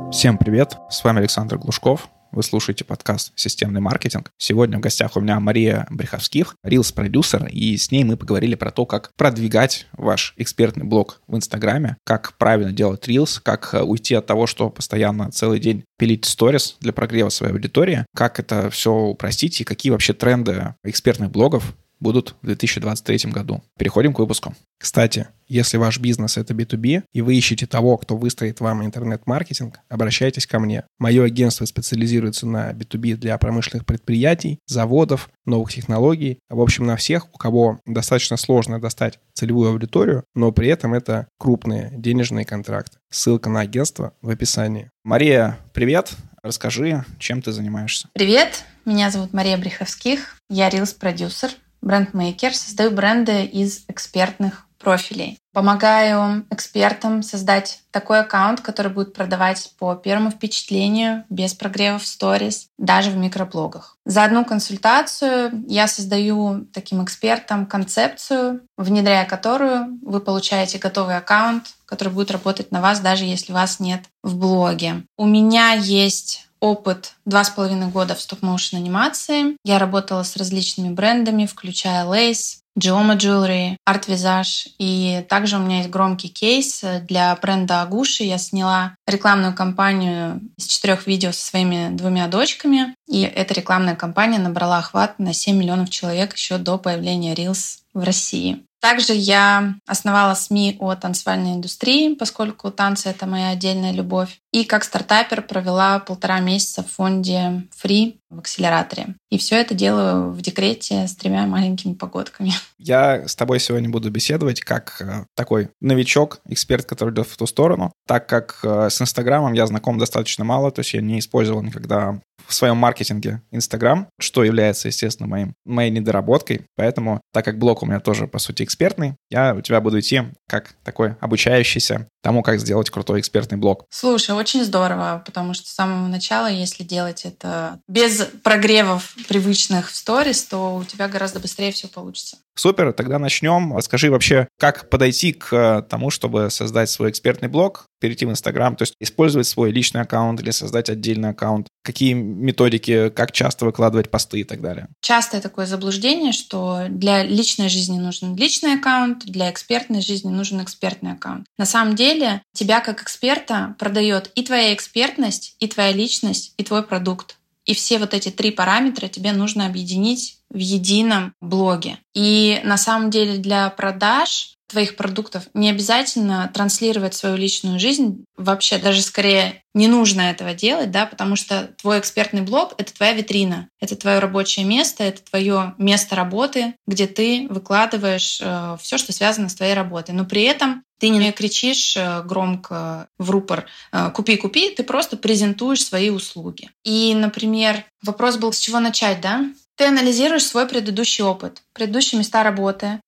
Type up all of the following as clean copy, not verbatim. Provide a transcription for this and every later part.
Всем привет, с вами Александр Глушков. Вы слушаете подкаст «Системный маркетинг». Сегодня в гостях у меня Мария Бреховских, Reels-продюсер, и с ней мы поговорили про то, как продвигать ваш экспертный блог в Инстаграме, как правильно делать Reels, как уйти от того, что постоянно целый день пилить сторис для прогрева своей аудитории, как это все упростить и какие вообще тренды экспертных блогов будут в 2023 году. Переходим к выпуску. Кстати, если ваш бизнес — это B2B, и вы ищете того, кто выстроит вам интернет-маркетинг, обращайтесь ко мне. Мое агентство специализируется на B2B для промышленных предприятий, заводов, новых технологий. В общем, на всех, у кого достаточно сложно достать целевую аудиторию, но при этом это крупные денежные контракты. Ссылка на агентство в описании. Мария, привет. Расскажи, чем ты занимаешься? Привет, меня зовут Мария Бреховских. Я Reels-продюсер, брендмейкер, создаю бренды из экспертных профилей. Помогаю экспертам создать такой аккаунт, который будет продавать по первому впечатлению, без прогрева в сторис, даже в микроблогах. За одну консультацию я создаю таким экспертам концепцию, внедряя которую вы получаете готовый аккаунт, который будет работать на вас, даже если вас нет в блоге. У меня есть опыт 2,5 года в стоп-моушен анимации. Я работала с различными брендами, включая Lace, Geoma Jewelry, Art Visage. И также у меня есть громкий кейс для бренда Агуши. Я сняла рекламную кампанию из 4 видео со своими 2 дочками. И эта рекламная кампания набрала охват на 7 миллионов человек еще до появления Reels в России. Также я основала СМИ о танцевальной индустрии, поскольку танцы — это моя отдельная любовь. И как стартапер провела 1,5 месяца в фонде Free в акселераторе. И все это делаю в декрете с 3 маленькими погодками. Я с тобой сегодня буду беседовать как такой новичок, эксперт, который идет в ту сторону, так как с Инстаграмом я знаком достаточно мало, то есть я не использовал никогда в своем маркетинге Инстаграм, что является, естественно, моей недоработкой. Поэтому, так как блог у меня тоже, по сути, экспертный, я у тебя буду идти как такой обучающийся тому, как сделать крутой экспертный блог. Слушай, очень здорово, потому что с самого начала, если делать это без прогревов привычных в сторис, то у тебя гораздо быстрее все получится. Супер, тогда начнем. Скажи вообще, как подойти к тому, чтобы создать свой экспертный блог, перейти в Инстаграм, то есть использовать свой личный аккаунт или создать отдельный аккаунт, какие методики, как часто выкладывать посты и так далее. Частое такое заблуждение, что для личной жизни нужен личный аккаунт, для экспертной жизни нужен экспертный аккаунт. На самом деле тебя как эксперта продает и твоя экспертность, и твоя личность, и твой продукт. И все вот эти 3 параметра тебе нужно объединить в едином блоге. И на самом деле для продаж твоих продуктов не обязательно транслировать свою личную жизнь. Вообще даже скорее не нужно этого делать, да, потому что твой экспертный блог — это твоя витрина, это твое рабочее место, это твое место работы, где ты выкладываешь все, что связано с твоей работой. Но при этом ты не кричишь громко в рупор «купи, купи», ты просто презентуешь свои услуги. И, например, вопрос был, с чего начать, да? Ты анализируешь свой предыдущий опыт, предыдущие места работы,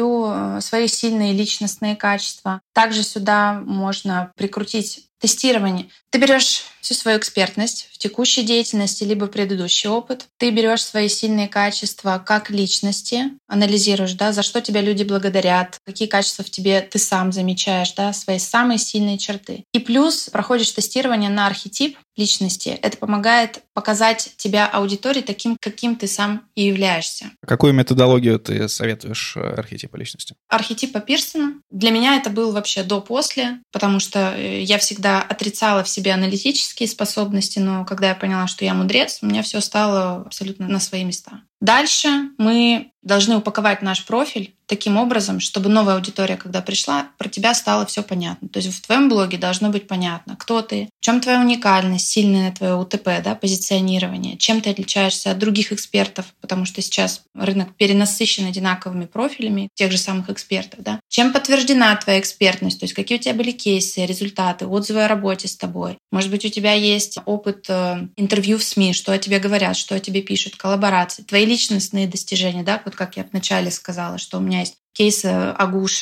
свои сильные личностные качества. Также сюда можно прикрутить тестирование. Ты берешь всю свою экспертность в текущей деятельности либо предыдущий опыт. Ты берешь свои сильные качества как личности, анализируешь, да, за что тебя люди благодарят, какие качества в тебе ты сам замечаешь, да, свои самые сильные черты. И плюс проходишь тестирование на архетип личности. Это помогает показать тебя аудитории таким, каким ты сам и являешься. Какую методологию ты советуешь архетипа личности? Архетипа Пирсона. Для меня это был вообще до-после, потому что я всегда отрицала в себе аналитические способности, но когда я поняла, что я мудрец, у меня все стало абсолютно на свои места. Дальше мы должны упаковать наш профиль таким образом, чтобы новая аудитория, когда пришла, про тебя стало все понятно. То есть в твоем блоге должно быть понятно, кто ты, в чем твоя уникальность, сильное твое УТП, да, позиционирование, чем ты отличаешься от других экспертов, потому что сейчас рынок перенасыщен одинаковыми профилями тех же самых экспертов, да. Чем подтверждена твоя экспертность, то есть какие у тебя были кейсы, результаты, отзывы о работе с тобой. Может быть, у тебя есть опыт интервью в СМИ, что о тебе говорят, что о тебе пишут, коллаборации, твои личностные достижения, да, вот как я вначале сказала, что у меня есть кейсы Агуши,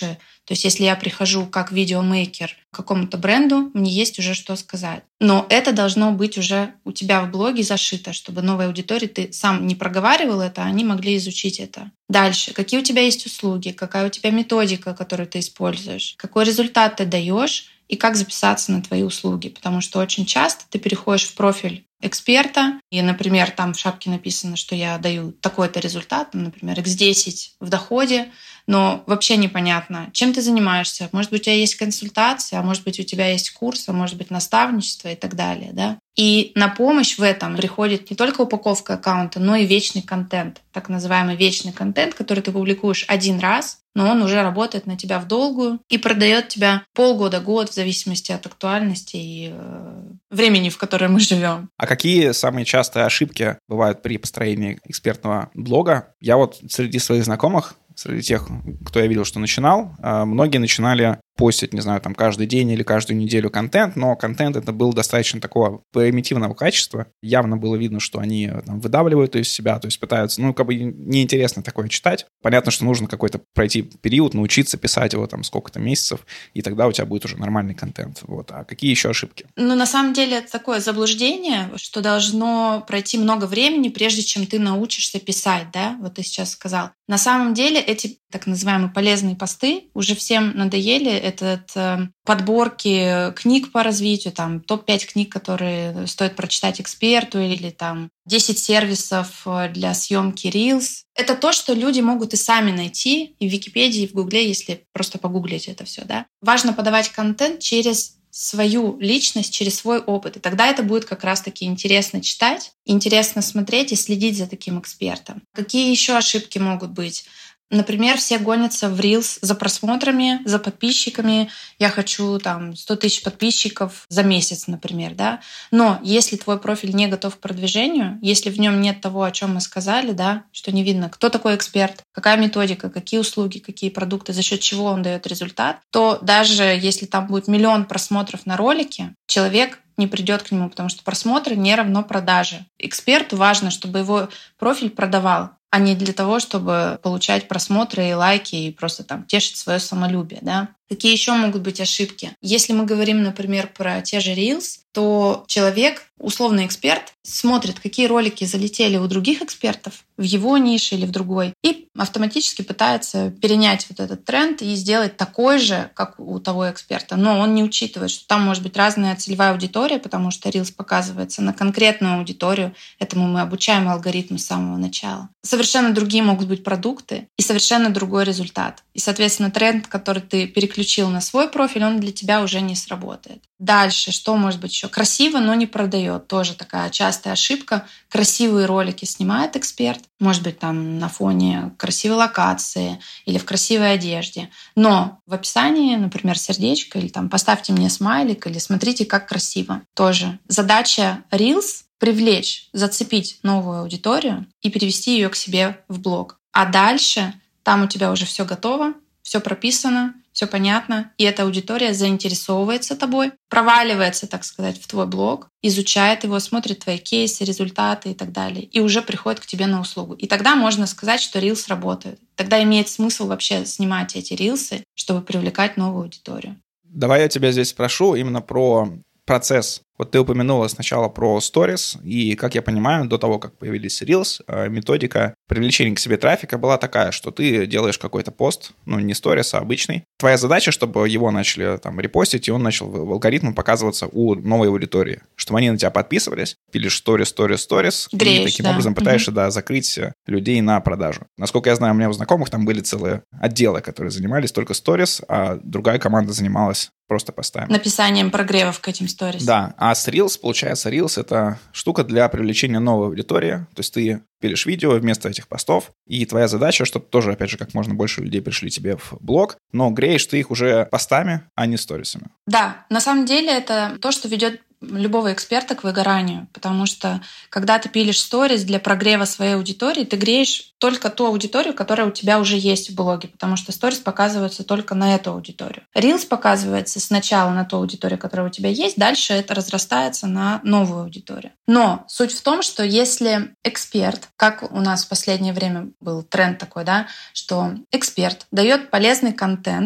То есть если я прихожу как видеомейкер к какому-то бренду, мне есть уже что сказать. Но это должно быть уже у тебя в блоге зашито, чтобы новой аудитории ты сам не проговаривал это, а они могли изучить это. Дальше. Какие у тебя есть услуги, какая у тебя методика, которую ты используешь, какой результат ты даешь и как записаться на твои услуги. Потому что очень часто ты переходишь в профиль эксперта, и, например, там в шапке написано, что я даю такой-то результат, например, X10 в доходе, но вообще непонятно, чем ты занимаешься. Может быть, у тебя есть консультация, а может быть, у тебя есть курс, а может быть, наставничество и так далее. Да? И на помощь в этом приходит не только упаковка аккаунта, но и вечный контент, так называемый вечный контент, который ты публикуешь один раз, но он уже работает на тебя в долгую и продает тебя полгода-год в зависимости от актуальности и времени, в котором мы живем. А какие самые частые ошибки бывают при построении экспертного блога? Я вот среди своих знакомых, среди тех, кто я видел, что начинал, многие начинали постить, не знаю, там каждый день или каждую неделю контент, но контент это был достаточно такого примитивного качества. Явно было видно, что они там выдавливают из себя, то есть пытаются, как бы неинтересно такое читать. Понятно, что нужно какой-то пройти период, научиться писать его там сколько-то месяцев, и тогда у тебя будет уже нормальный контент. Вот. А какие еще ошибки? На самом деле это такое заблуждение, что должно пройти много времени, прежде чем ты научишься писать, да? Вот ты сейчас сказал. На самом деле эти так называемые полезные посты уже всем надоели. Это подборки книг по развитию, там топ-5 книг, которые стоит прочитать эксперту, или там 10 сервисов для съемки Reels. Это то, что люди могут и сами найти и в Википедии, и в Гугле, если просто погуглить это все. Да? Важно подавать контент через свою личность, через свой опыт. И тогда это будет как раз-таки интересно читать, интересно смотреть и следить за таким экспертом. Какие еще ошибки могут быть? Например, все гонятся в Reels за просмотрами, за подписчиками. Я хочу там 100 тысяч подписчиков за месяц, например, да. Но если твой профиль не готов к продвижению, если в нем нет того, о чем мы сказали, да, что не видно, кто такой эксперт, какая методика, какие услуги, какие продукты, за счет чего он дает результат, то даже если там будет 1 000 000 просмотров на ролике, человек не придет к нему, потому что просмотры не равно продаже. Эксперту важно, чтобы его профиль продавал, а не для того, чтобы получать просмотры и лайки и просто там тешить свое самолюбие. Да? Какие еще могут быть ошибки? Если мы говорим, например, про те же Reels, то человек, условный эксперт, смотрит, какие ролики залетели у других экспертов в его нише или в другой, и автоматически пытается перенять вот этот тренд и сделать такой же, как у того эксперта. Но он не учитывает, что там может быть разная целевая аудитория, потому что Reels показывается на конкретную аудиторию. Этому мы обучаем алгоритм с самого начала. Совершенно другие могут быть продукты и совершенно другой результат. И, соответственно, тренд, который ты переключил на свой профиль, он для тебя уже не сработает. Дальше, что может быть еще? Красиво, но не продает. Тоже такая частая ошибка. Красивые ролики снимает эксперт. Может быть, там на фоне красивой локации или в красивой одежде. Но в описании, например, сердечко или там поставьте мне смайлик или смотрите, как красиво. Тоже задача Reels — привлечь, зацепить новую аудиторию и перевести ее к себе в блог. А дальше там у тебя уже все готово, все прописано, все понятно, и эта аудитория заинтересовывается тобой, проваливается, так сказать, в твой блог, изучает его, смотрит твои кейсы, результаты и так далее, и уже приходит к тебе на услугу. И тогда можно сказать, что Reels работает. Тогда имеет смысл вообще снимать эти рилсы, чтобы привлекать новую аудиторию. Давай я тебя здесь спрошу именно про процесс. Вот ты упомянула сначала про Stories, и, как я понимаю, до того, как появились Reels, методика привлечения к себе трафика была такая, что ты делаешь какой-то пост, не Stories, а обычный. Твоя задача, чтобы его начали там репостить, и он начал в алгоритме показываться у новой аудитории, чтобы они на тебя подписывались, пилишь Stories, Греешь, и таким образом пытаешься закрыть людей на продажу. Насколько я знаю, у меня у знакомых там были целые отделы, которые занимались только Stories, а другая команда занималась просто постами. Написанием прогревов к этим Stories. Да, а с Reels, получается, Reels — это штука для привлечения новой аудитории. То есть ты пилишь видео вместо этих постов, и твоя задача, чтобы тоже, опять же, как можно больше людей пришли тебе в блог, но греешь ты их уже постами, а не сторисами. Да, на самом деле это то, что ведет любого эксперта к выгоранию, потому что когда ты пилишь сторис для прогрева своей аудитории, ты греешь только ту аудиторию, которая у тебя уже есть в блоге, потому что сторис показываются только на эту аудиторию. Reels показывается сначала на ту аудиторию, которая у тебя есть, дальше это разрастается на новую аудиторию. Но суть в том, что если эксперт, как у нас в последнее время был тренд такой, да, что эксперт дает полезный контент,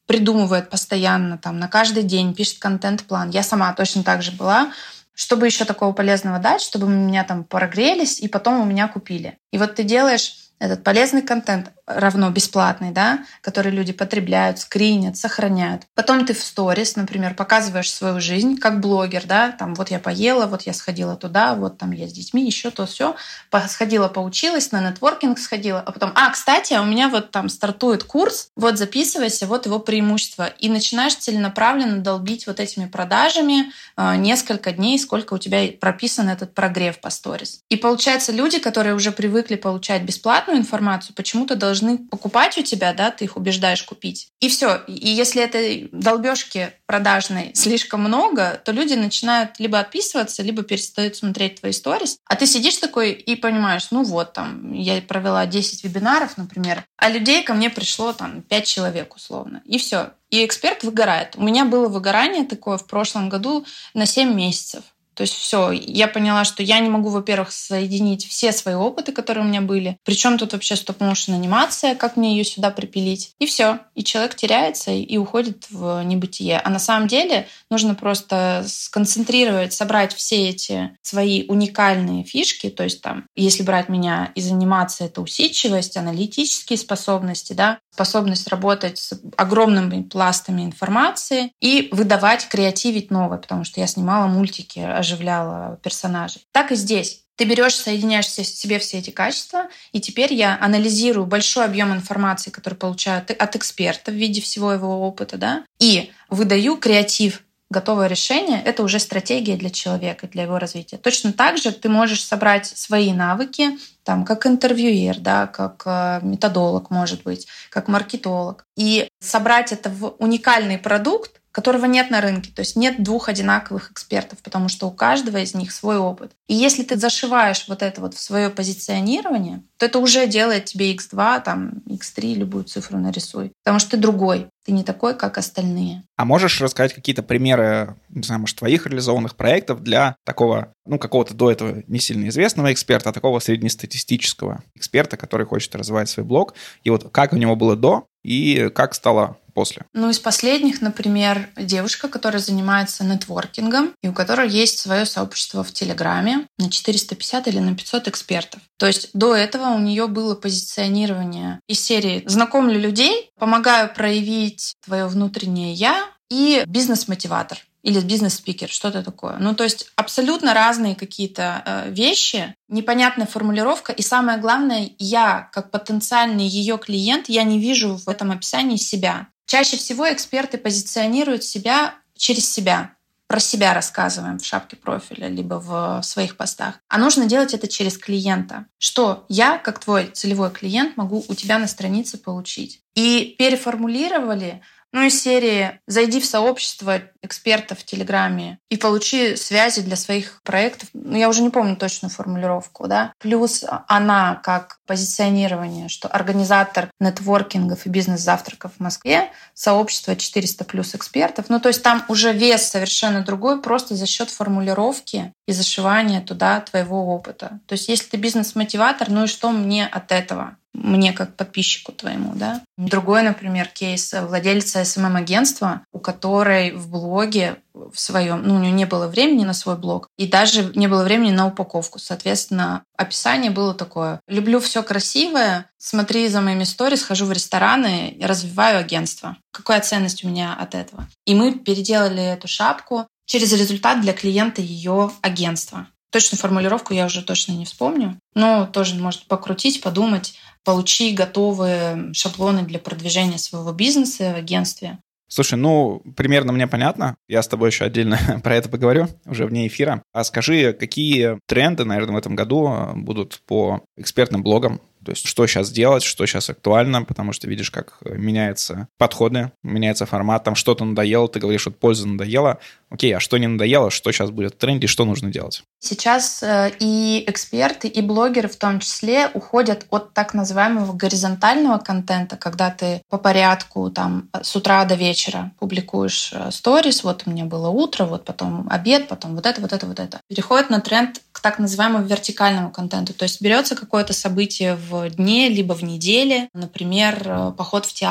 придумывает постоянно, там, на каждый день пишет контент-план. Я сама точно так же была. Чтобы еще такого полезного дать, чтобы меня там прогрелись, и потом у меня купили. И вот ты делаешь этот полезный контент, равно бесплатный, да, который люди потребляют, скринят, сохраняют. Потом ты в сторис, например, показываешь свою жизнь как блогер, да, там вот я поела, вот я сходила туда, вот там я с детьми, еще то все, сходила, поучилась, на нетворкинг сходила, а потом, кстати, у меня вот там стартует курс, вот записывайся, вот его преимущество, и начинаешь целенаправленно долбить вот этими продажами несколько дней, сколько у тебя прописан этот прогрев по сторис. И получается, люди, которые уже привыкли получать бесплатную информацию, почему-то должны покупать у тебя, да, ты их убеждаешь купить. И все. И если этой долбежки продажной слишком много, то люди начинают либо отписываться, либо перестают смотреть твои сторис. А ты сидишь такой и понимаешь, ну вот, там, я провела 10 вебинаров, например, а людей ко мне пришло там 5 человек условно. И все. И эксперт выгорает. У меня было выгорание такое в прошлом году на 7 месяцев. То есть все, я поняла, что я не могу, во-первых, соединить все свои опыты, которые у меня были. Причем тут вообще стоп-моушен анимация, как мне ее сюда припилить. И все. И человек теряется и уходит в небытие. А на самом деле нужно просто сконцентрировать, собрать все эти свои уникальные фишки. То есть там, если брать меня из анимации, это усидчивость, аналитические способности, да, способность работать с огромными пластами информации и выдавать, креативить новое, потому что я снимала мультики, оживляла персонажей. Так и здесь. Ты берешь, соединяешь в себе все эти качества, и теперь я анализирую большой объем информации, который получаю от эксперта в виде всего его опыта, да, и выдаю креатив. Готовое решение — это уже стратегия для человека, для его развития. Точно так же ты можешь собрать свои навыки, там, как интервьюер, да, как методолог, может быть, как маркетолог, и собрать это в уникальный продукт, которого нет на рынке. То есть нет двух одинаковых экспертов, потому что у каждого из них свой опыт. И если ты зашиваешь вот это вот в свое позиционирование, то это уже делает тебе X2, там, X3, любую цифру нарисуй. Потому что ты другой. Ты не такой, как остальные. А можешь рассказать какие-то примеры, не знаю, может, твоих реализованных проектов для такого, какого-то до этого не сильно известного эксперта, а такого среднестатистического эксперта, который хочет развивать свой блог? И вот как у него было до и как стало после? Из последних, например, девушка, которая занимается нетворкингом и у которой есть свое сообщество в Телеграме на 450 или на 500 экспертов. То есть до этого у нее было позиционирование из серии «Знакомлю людей, помогаю проявить твое внутреннее «я» и бизнес-мотиватор». Или бизнес-спикер, что-то такое. То есть абсолютно разные какие-то вещи, непонятная формулировка. И самое главное, я, как потенциальный ее клиент, я не вижу в этом описании себя. Чаще всего эксперты позиционируют себя через себя. Про себя рассказываем в шапке профиля, либо в своих постах. А нужно делать это через клиента. Что я, как твой целевой клиент, могу у тебя на странице получить. И переформулировали из серии «Зайди в сообщество экспертов в Телеграме и получи связи для своих проектов». Я уже не помню точную формулировку, да. Плюс она как позиционирование, что организатор нетворкингов и бизнес-завтраков в Москве, сообщество 400 плюс экспертов. То есть там уже вес совершенно другой, просто за счет формулировки и зашивания туда твоего опыта. То есть если ты бизнес-мотиватор, и что мне от этого? Мне как подписчику твоему, да. Другой, например, кейс владельца СММ-агентства, у которой в блоге в своем, у нее не было времени на свой блог, и даже не было времени на упаковку. Соответственно, описание было такое: люблю все красивое, смотри за моими сторис, хожу в рестораны, развиваю агентство. Какая ценность у меня от этого? И мы переделали эту шапку через результат для клиента ее агентства. Точную формулировку я уже точно не вспомню, но тоже можно покрутить, подумать, получи готовые шаблоны для продвижения своего бизнеса в агентстве. Слушай, примерно мне понятно. Я с тобой еще отдельно про это поговорю уже вне эфира. А скажи, какие тренды, наверное, в этом году будут по экспертным блогам? То есть что сейчас делать, что сейчас актуально, потому что видишь, как меняются подходы, меняется формат, там что-то надоело, ты говоришь, вот польза надоела. Окей, а что не надоело, что сейчас будет в тренде, что нужно делать? Сейчас и эксперты, и блогеры в том числе уходят от так называемого горизонтального контента, когда ты по порядку там с утра до вечера публикуешь сторис, вот у меня было утро, вот потом обед, потом вот это. Переходит на тренд к так называемому вертикальному контенту. То есть берется какое-то событие в дне, либо в неделе, например, поход в театр.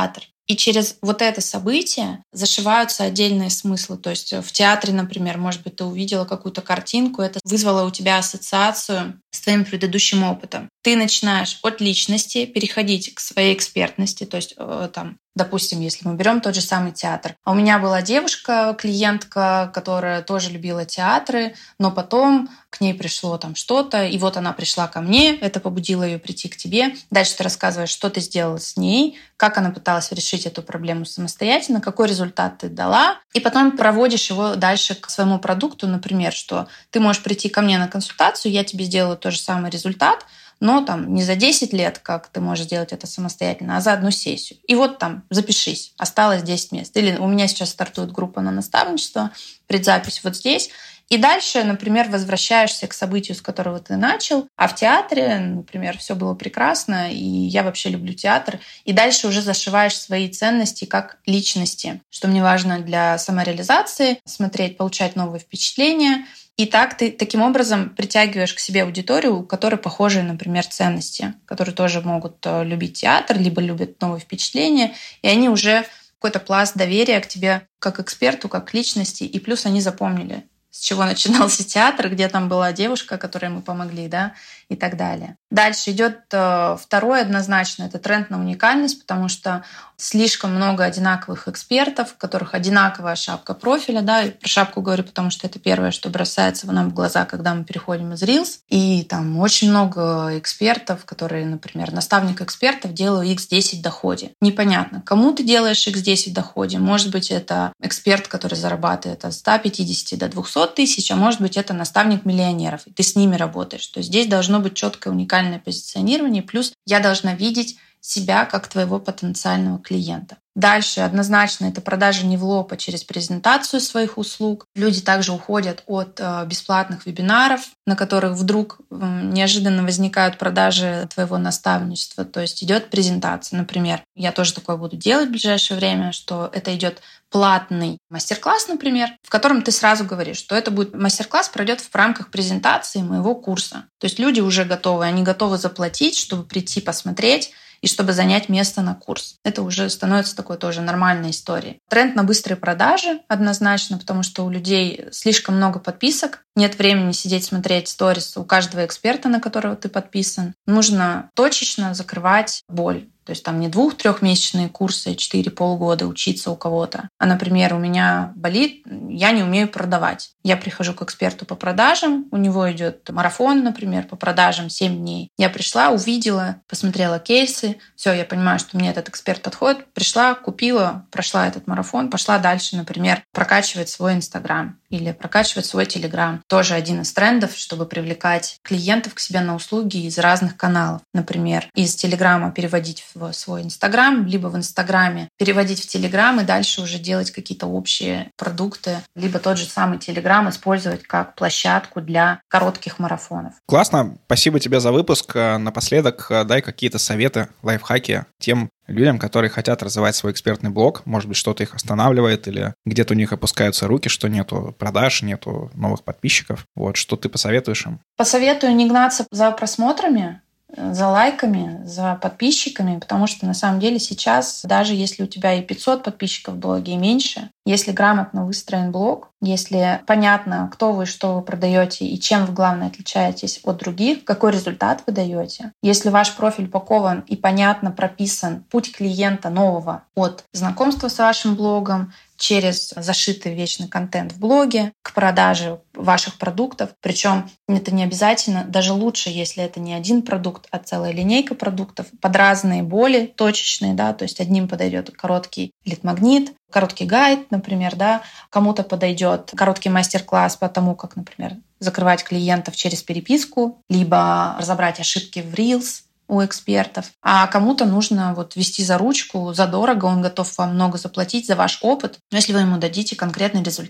И через вот это событие зашиваются отдельные смыслы. То есть в театре, например, может быть, ты увидела какую-то картинку, это вызвало у тебя ассоциацию с твоим предыдущим опытом. Ты начинаешь от личности переходить к своей экспертности, то есть там, допустим, если мы берем тот же самый театр. А у меня была девушка, клиентка, которая тоже любила театры, но потом к ней пришло там что-то, и вот она пришла ко мне, это побудило ее прийти к тебе. Дальше ты рассказываешь, что ты сделала с ней, как она пыталась решить эту проблему самостоятельно, какой результат ты дала, и потом проводишь его дальше к своему продукту, например, что ты можешь прийти ко мне на консультацию, я тебе сделаю тот же самый результат, но там не за 10 лет, как ты можешь сделать это самостоятельно, а за одну сессию. И вот там запишись, осталось 10 мест. Или у меня сейчас стартует группа на наставничество, предзапись вот здесь. И дальше, например, возвращаешься к событию, с которого ты начал, а в театре, например, все было прекрасно, и я вообще люблю театр, и дальше уже зашиваешь свои ценности как личности, что мне важно для самореализации, смотреть, получать новые впечатления. И так ты таким образом притягиваешь к себе аудиторию, у которой похожие, например, ценности, которые тоже могут любить театр, либо любят новые впечатления, и они уже какой-то пласт доверия к тебе как эксперту, как к личности, и плюс они запомнили, с чего начинался театр, где там была девушка, которой мы помогли, да, и так далее. Дальше идет второй однозначно, это тренд на уникальность, потому что слишком много одинаковых экспертов, у которых одинаковая шапка профиля, да, и про шапку говорю, потому что это первое, что бросается нам в глаза, когда мы переходим из Reels, и там очень много экспертов, которые, например, наставник экспертов, делаю X10 в доходе. Непонятно, кому ты делаешь X10 в доходе, может быть, это эксперт, который зарабатывает от 150 до 200 тысяч, а может быть, это наставник миллионеров, и ты с ними работаешь. То есть здесь должно быть четкое уникальное позиционирование, плюс я должна видеть себя как твоего потенциального клиента. Дальше однозначно это продажа не в лоб, а через презентацию своих услуг. Люди также уходят от бесплатных вебинаров, на которых вдруг неожиданно возникают продажи твоего наставничества. То есть идет презентация. Например, я тоже такое буду делать в ближайшее время, что это идет платный мастер-класс, например, в котором ты сразу говоришь, что это будет мастер-класс, пройдет в рамках презентации моего курса. То есть люди уже готовы, они готовы заплатить, чтобы прийти посмотреть, и чтобы занять место на курс. Это уже становится такой тоже нормальной историей. Тренд на быстрые продажи однозначно, потому что у людей слишком много подписок, нет времени сидеть смотреть сторис у каждого эксперта, на которого ты подписан. Нужно точечно закрывать боль. То есть там не 2-3-месячные курсы, 4 полгода учиться у кого-то. А, например, у меня болит, я не умею продавать. Я прихожу к эксперту по продажам, у него идет марафон, например, по продажам 7 дней. Я пришла, увидела, посмотрела кейсы, все, я понимаю, что мне этот эксперт подходит. Пришла, купила, прошла этот марафон, пошла дальше, например, прокачивать свой Инстаграм или прокачивать свой Телеграм. Тоже один из трендов, чтобы привлекать клиентов к себе на услуги из разных каналов. Например, из Телеграма переводить в свой Инстаграм, либо в Инстаграме переводить в Телеграм и дальше уже делать какие-то общие продукты, либо тот же самый Телеграм использовать как площадку для коротких марафонов. Классно. Спасибо тебе за выпуск. Напоследок дай какие-то советы, лайфхаки тем людям, которые хотят развивать свой экспертный блог. Может быть, что-то их останавливает или где-то у них опускаются руки, что нету продаж, нету новых подписчиков. Вот, что ты посоветуешь им? Посоветую не гнаться за просмотрами, за лайками, за подписчиками, потому что на самом деле сейчас, даже если у тебя и 500 подписчиков в блоге, и меньше, если грамотно выстроен блог, если понятно, кто вы, что вы продаете и чем вы, главное, отличаетесь от других, какой результат вы даете, если ваш профиль упакован и понятно прописан путь клиента нового от знакомства с вашим блогом, через зашитый вечный контент в блоге к продаже ваших продуктов. Причем это не обязательно, даже лучше, если это не один продукт, а целая линейка продуктов под разные боли точечные, да, то есть одним подойдет короткий лид-магнит, короткий гайд, например, да, кому-то подойдет короткий мастер-класс по тому, как, например, закрывать клиентов через переписку, либо разобрать ошибки в Reels у экспертов, а кому-то нужно вот вести за ручку, задорого, он готов вам много заплатить за ваш опыт, но если вы ему дадите конкретный результат.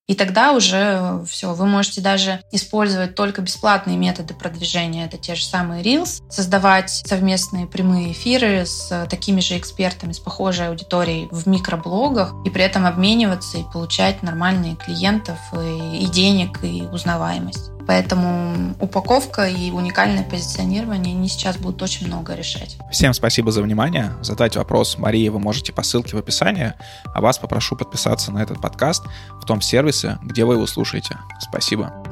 И тогда уже все, вы можете даже использовать только бесплатные методы продвижения. Это те же самые Reels, создавать совместные прямые эфиры с такими же экспертами, с похожей аудиторией в микроблогах, и при этом обмениваться и получать нормальные клиентов, и денег, и узнаваемость. Поэтому упаковка и уникальное позиционирование, они сейчас будут очень много решать. Всем спасибо за внимание. Задать вопрос Марии вы можете по ссылке в описании, а вас попрошу подписаться на этот подкаст в том сервисе, где вы его слушаете. Спасибо.